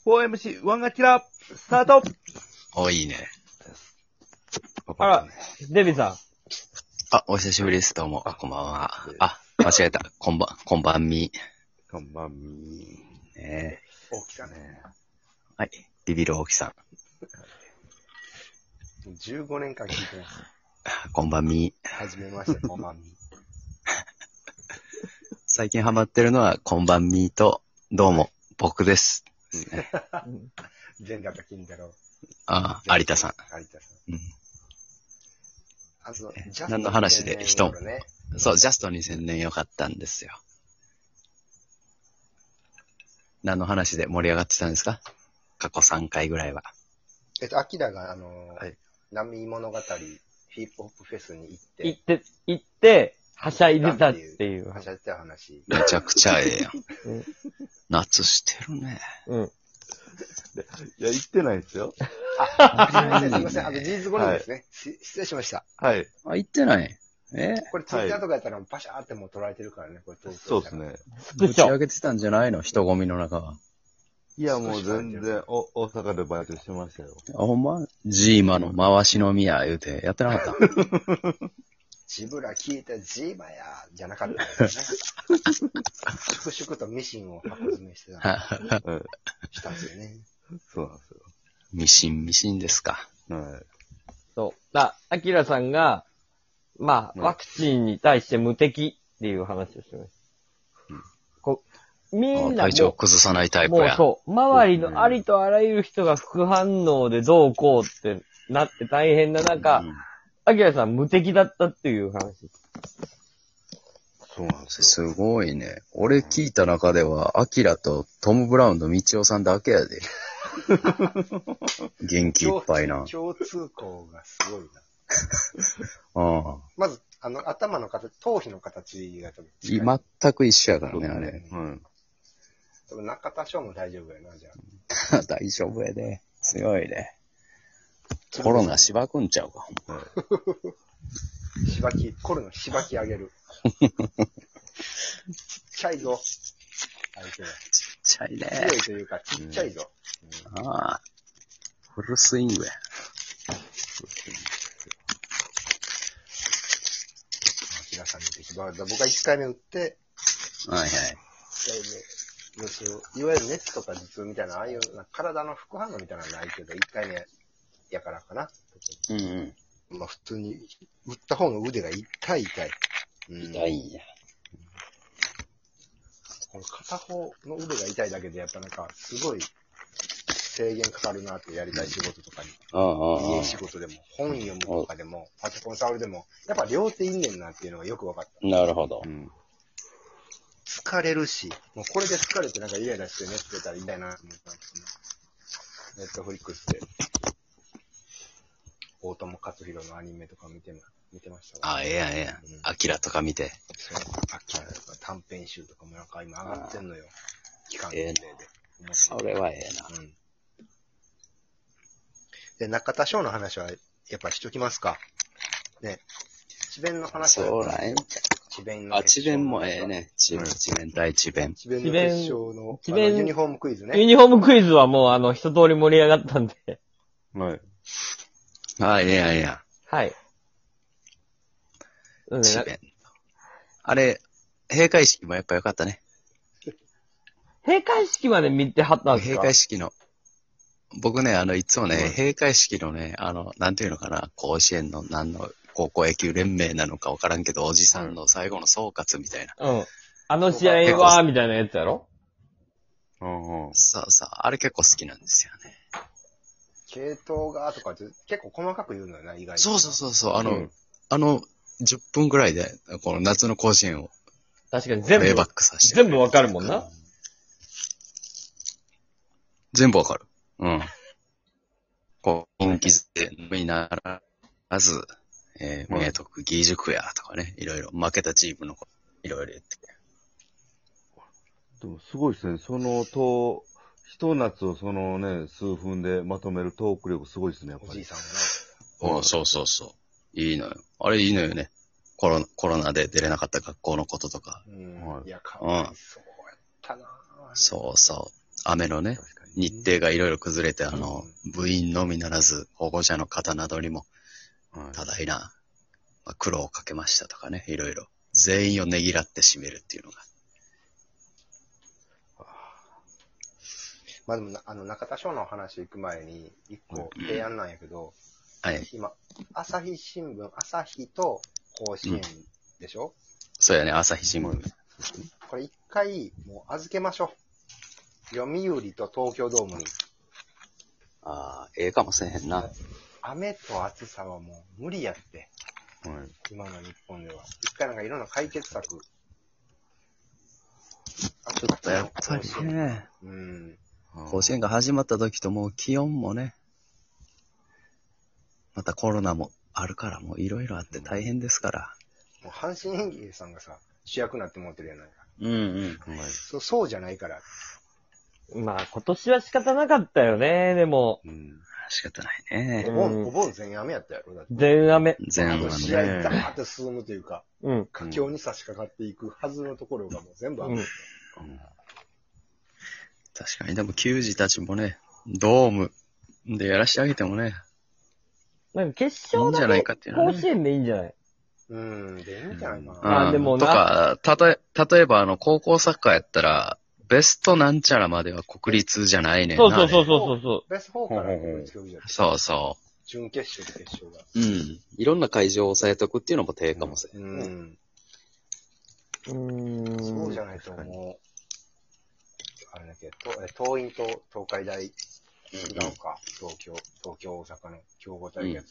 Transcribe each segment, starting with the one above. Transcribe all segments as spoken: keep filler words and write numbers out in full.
フォーエムシーワン アキラ、スタート。 お、いいね。 あら、デビさん。 あ、お久しぶりです。どうも。こんばんは。あ、間違えた。こんばん、こんばんみ。 こんばんみ。 ね大きさね。 はい。ビビる大木さん。じゅうごねんかん聞いてます。 こんばんみ。 はじめまして、こんばんみ。 最近ハマってるのは、こんばんみと、どうも、僕です。 全型金太郎。 ああ、有田さん。 有田さん。うん。 あの、 ジャスト何の話で人、ね、そう、ジャストにせんねんよかったんですよ。何の話で盛り上がってたんですか？過去さんかいぐらいは。 えっと、アキラが、あのー、はい、波物語、ヒップホップフェスに行って、 行って、行って、はしゃいでたっていう。 はしゃいでた話。 めちゃくちゃええやん。うん、夏してるね。 うん。 いや、行ってないですよ。 あ、すみません、すみません。あの、事実誤認ですね、はいし。失礼しました。 はい。 あ、行ってない。えこれツイッターとかやったらパシャーってもう撮られてるからね、これ東京。そうですね。 ぶち上げてたんじゃないの？人混みの中は。 いや、もう全然、お、大阪でバイトしてましたよ。 あ、ほんま？ジーマの回し飲みや、言うて、やってなかったジブラ聞いてジーマや、じゃなかったですね。粛々とミシンを箱詰めしてた。したんですよね。 そうなんですよ。 ミシン、ミシンですか。 はい。 そう。だ、アキラさんが、まあ、ワクチンに対して無敵っていう話をしてます。うん、こみんな体調崩さないタイプや。 もうそう。周りのありとあらゆる人が副反応でどうこうってなって大変な中、アキラさん無敵だったっていう話。 そうなんですよ。 すごいね。俺聞いた中では、アキラとトム・ブラウンの道夫さんだけやで。元気いっぱいな。 共通項がすごいな。 ああまず、あの、頭の形、頭皮の形がちょっと近い。 全く一緒やからね、あれ。 うん。 多分中田翔も大丈夫やな、じゃあ。大丈夫やで。強いね。コロナしばくんちゃうか、ほんま。 しばき、コロナしばき上げる。ちっちゃいぞ。相手は。 ちっちゃいね。 強いというか、ちっちゃいぞ。 うん、ああ。フルスイングや。 アキラさんにぜひ、僕はいっかいめ打って、 はいはい。 いっかいめ、いわゆる熱とか頭痛みたいな、ああいう体の副反応みたいなのはないけど、いっかいめやからかな。 うんうん。 まあ普通に、打った方の腕が痛い痛い。 うん、痛いんや。 この片方の腕が痛いだけで、やっぱなんか、すごい制限かかるなってやりたい仕事とかに。家仕事でも、本読むとかでも、パソコン触るでも、やっぱ両手いんねんなっていうのがよく分かった。 なるほど。 うん、疲れるし、もうこれで疲れてなんかイライラして熱出たら痛いなと思ったんですね。ネットフリックスで、大友克洋のアニメとか見てま、見てましたわ。あ、ええやんええやん。アキラとか見て。 そう、アキラとか短編集とかもなんか今上がってんのよ。期間限定で。それはええな。うん。 で、中田翔の話は、やっぱしときますか。ね。智弁の話は。 そうなんや。 智弁の。 あ、智弁もええね。智弁、智弁、大智弁。 智弁の決勝の、 智弁ユニフォームクイズね。 ユニフォームクイズはもうあの、一通り盛り上がったんで。 はい。 あ、ええやんええやん。 はい。 智弁。あれ、閉会式もやっぱ良かったね。 閉会式まで見てはったんですか？ 閉会式の。僕ね、あの、いつもね、うん、閉会式のね、あの、なんていうのかな、甲子園の何の高校野球連盟なのかわからんけど、おじさんの最後の総括みたいな。 うん。あの試合は、みたいなやつやろ？ うんうん。 そうそう。あれ結構好きなんですよね。 系統がとかって結構細かく言うのよな、意外に。 そうそうそうそう。あの、うん、あの、じゅっぷんくらいで、この夏の甲子園を。 確かに全部。 プレイバックさせて。 全部わかるもんな。 全部わかる。うん。こう、人気でにならず、えー、明徳義塾やとかね、いろいろ、負けたチームのこと、いろいろ言って。 でもすごいですね。その、と、一夏をそのね、数分でまとめるトーク力すごいですね、やっぱり。 おじいさんがね。そうそうそう。いいのよ。あれいいのよね。コロナ、コロナで出れなかった学校のこととか。 うん。いや、かわいそうやったなぁ。 そうそう。雨のね、 日程がいろいろ崩れて、あの、部員のみならず保護者の方などにもはい多大な、まあ、苦労をかけましたとかね、いろいろ。全員をねぎらって締めるっていうのが。 まあでもな、あの、中田翔の話行く前に、一個提案なんやけど、 はい。 今、朝日新聞、朝日と甲子園でしょ、 そうやね、朝日新聞。 これ一回、もう預けましょう。読売と東京ドームに。 ああ、ええかもしれへんな。 雨と暑さはもう無理やって。 はい。 今の日本では。一回なんかいろんな解決策。 ちょっとやっぱりね、 うん。 甲子園が始まった時ともう気温もね、またコロナもあるからもういろいろあって大変ですから。 もう阪神園芸さんがさ、主役になって持ってるやないか。 うんうん。 はい。 そう、そうじゃないから。 まあ、今年は仕方なかったよね、でも。 うん。 仕方ないねお。盆、お盆全雨やったやろだって。 全雨。 全部はあと試合ね。 ダーッと進むというか、 うん。 佳境に差し掛かっていくはずのところがもう全部雨。 うん確かに、でも球児たちもね、ドームでやらしてあげてもね、 なんか決勝いいんじゃないかっていうのはね甲子園でいいんじゃないうん、でいいんじゃないかな。 あでもなとか、たとえ、例えばあの、高校サッカーやったら、ベストなんちゃらまでは国立じゃないねんな。 そうそうそうう。 そうそう。 ベストよんから国立競技場ってそうそ準決勝と決勝が。 う。うん。いろんな会場を抑えとくっていうのも手かもしれない。 うん。 うーん。 そうじゃないともう、あれだっけ、とえ東院と東海大違うか、東京、東京、大阪の競合対決。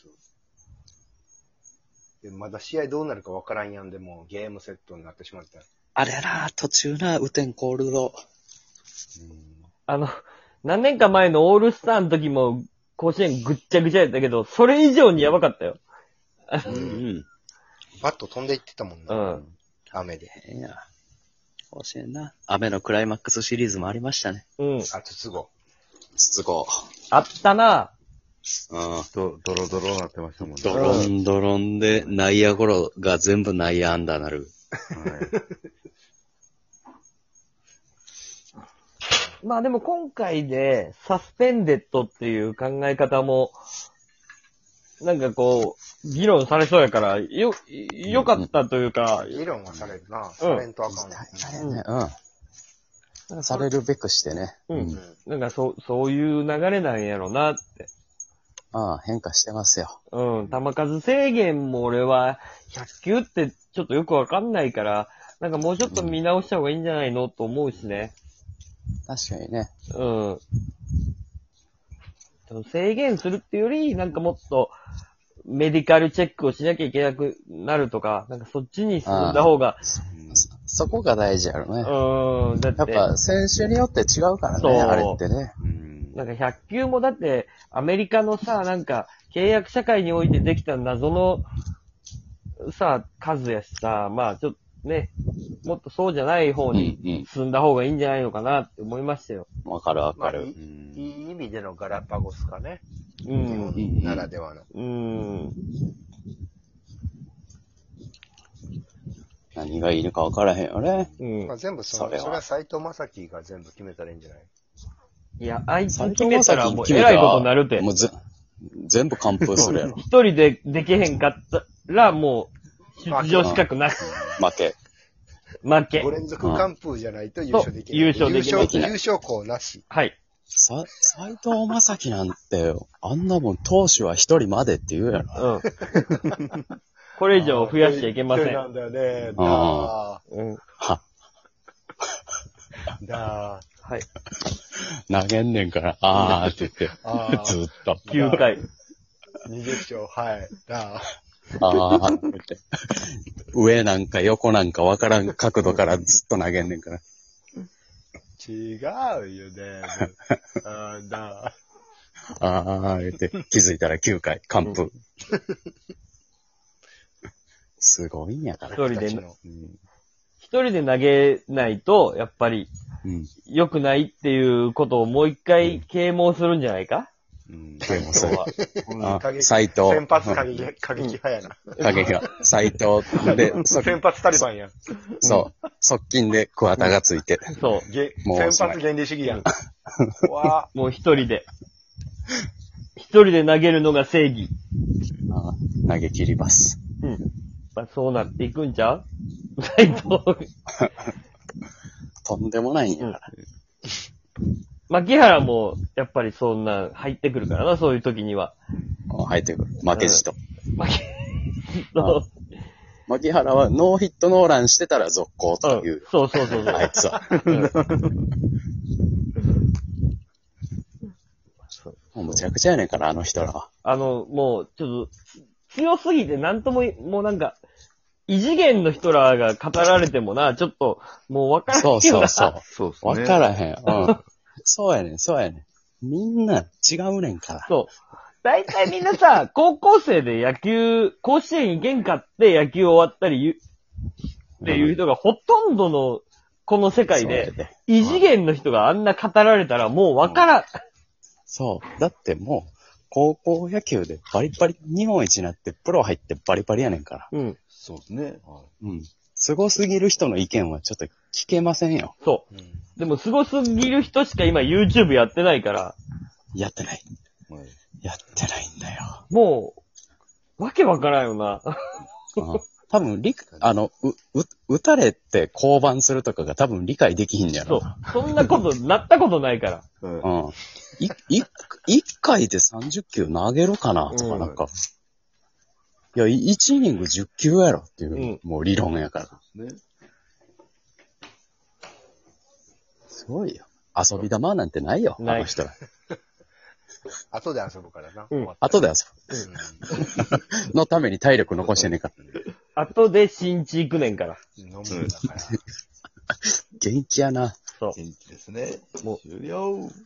でまだ試合どうなるかわからんやんで、もうゲームセットになってしまった。 あれやな、途中な、雨天コールド。 あの、何年か前のオールスターの時も甲子園ぐっちゃぐちゃやったけど、それ以上にやばかったよ。 うんうん。 バット飛んでいってたもんうな。 ん。 雨で。 ええや。甲子園な。雨のクライマックスシリーズもありましたね。 うん。 あ、筒子。 筒子。 あったな。 うん。 と、ドロドロなってましたもんね。 ドロンドロンで内野ゴロが全部内野安打なる。 はい。 まあでも今回でサスペンデッドっていう考え方も、なんかこう、議論されそうやから、よ、よかったというか、 議論はされるな。されんとあかんわ。 されね。うん。されるべくしてね。 うんうん。 なんかそう、そういう流れなんやろなって。 ああ、変化してますよ。 うん。球数制限も俺は、ひゃっきゅうってちょっとよくわかんないから、なんかもうちょっと見直した方がいいんじゃないのと思うしね。 確かにね。 うん。制限するっていうより、なんかもっと、メディカルチェックをしなきゃいけなくなるとか、なんかそっちに進んだ方が、 そそこが大事やろね。 うん、だって、 やっぱ選手によって違うからそうね、あれってね。 うん。 なんかひゃっきゅうもだって、アメリカのさ、なんか、契約社会においてできた謎の、さ、数やしさ、まあちょっとね、もっとそうじゃない方うんに進んだ方がいいんじゃないのかなって思いましたよ。 うん。わかるわかる。 まあいいいい意味でのガラパゴスかね。日うん。 本ならではの。 うん。 何がいいのかわからへんよね。 うんまあ、。全部その、 それはそれは斎藤正樹が全部決めたらいいんじゃない？ いや、あいつ斎決めたらもう決めた偉いことになるて。 もうぜ全部完封するやろ。 一人でできへんかったら、もう、出場資格なく、 負け。 負けご。連続完封じゃないと優勝できない。 そう優勝できない優勝、優勝校なし。 はい。 さ、斎藤正樹なんて、あんなもん投手は一人までって言うやろ。 うん。これ以上増やしちゃいけませ。 そうんなんだよね。だあうん。 は、 ー。だはい。 投げんねんから、あーって言って、 あーずっと、 きゅうかい。 ー。にじゅっ勝、はい。だあーって言って、上なんか横なんかわからん角度からずっと投げんねんから。 ー。違うよね。あーだあー言って、気づいたらきゅうかい、完封。すごいんやから。 一人で僕たちの一人で投げないと、やっぱり、 うん。 良くないっていうことをもう一回啓蒙するんじゃないかうん。 でもそれは。あ過激斎藤。 先発過激、過激派やな。 影が、斎藤で、そ先発タリバンやん。 そう、側近で桑田がついて。 そう。 げもう先発原理主義やん。わもう一人で。一人で投げるのが正義。 あ投げ切ります。 うん。まあ、そうなっていくんちゃう斎藤。 とんでもないんやから。 牧原も、やっぱりそんな入ってくるからな、そういう時には。 あ入ってくる。負けじと。 牧あ牧原はノーヒットノーランしてたら続行という。 そうそうそうそう。 あいつは。 うんもうむちゃくちゃやねんから、あの人らは。 あの、もう、ちょっと、強すぎてなんとも、もうなんか、異次元の人らが語られてもな、ちょっと、もうわからんよな。 そうそうそう。 そうですね。 わからへん。うん。そうやねん、そうやねん。みんな違うねんから。 そう。大体みんなさ、高校生で野球、甲子園行けんかって野球終わったり言う、っていう人がほとんどの、この世界そうやで、 で。 異次元の人があんな語られたらもうわからん。 そう。だってもう、高校野球でバリバリ日本一になってプロ入ってバリバリやねんから。 うん。 そうですね。はうん。凄すぎる人の意見はちょっと聞けませんよ。 そう。 うんでも凄すぎる人しか今 YouTube やってないから、 やってない。 い。はい。 やってないんだよ。 もう、わけわからんよな。 うん多分、理、あの、う、う、打たれて降板するとかが多分理解できひんやそうろな。。 そんなこと、なったことないから。 はい。 うん。い、い、一回でさんじゅっきゅう投げるかなとうんかなんか。いや、いちイニングじゅっきゅうやろっていう、 うんもう理論やから。 ね。 すごいよ。遊び玉なんてないよ、 ないあの人ら。 後で遊ぶからな。 うん終わった後で遊うんぶ。のために体力残してんねんから。 後で新地行くねんから。 飲むんだから。 元気やな。 そう。 元気ですね。 もう終了。